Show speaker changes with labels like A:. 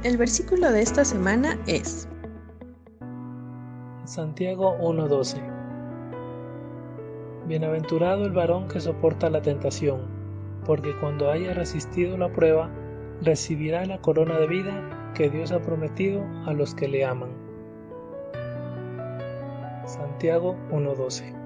A: El versículo de esta semana es
B: Santiago 1:12. Bienaventurado el varón que soporta la tentación, porque cuando haya resistido la prueba, recibirá la corona de vida que Dios ha prometido a los que le aman. Santiago 1:12.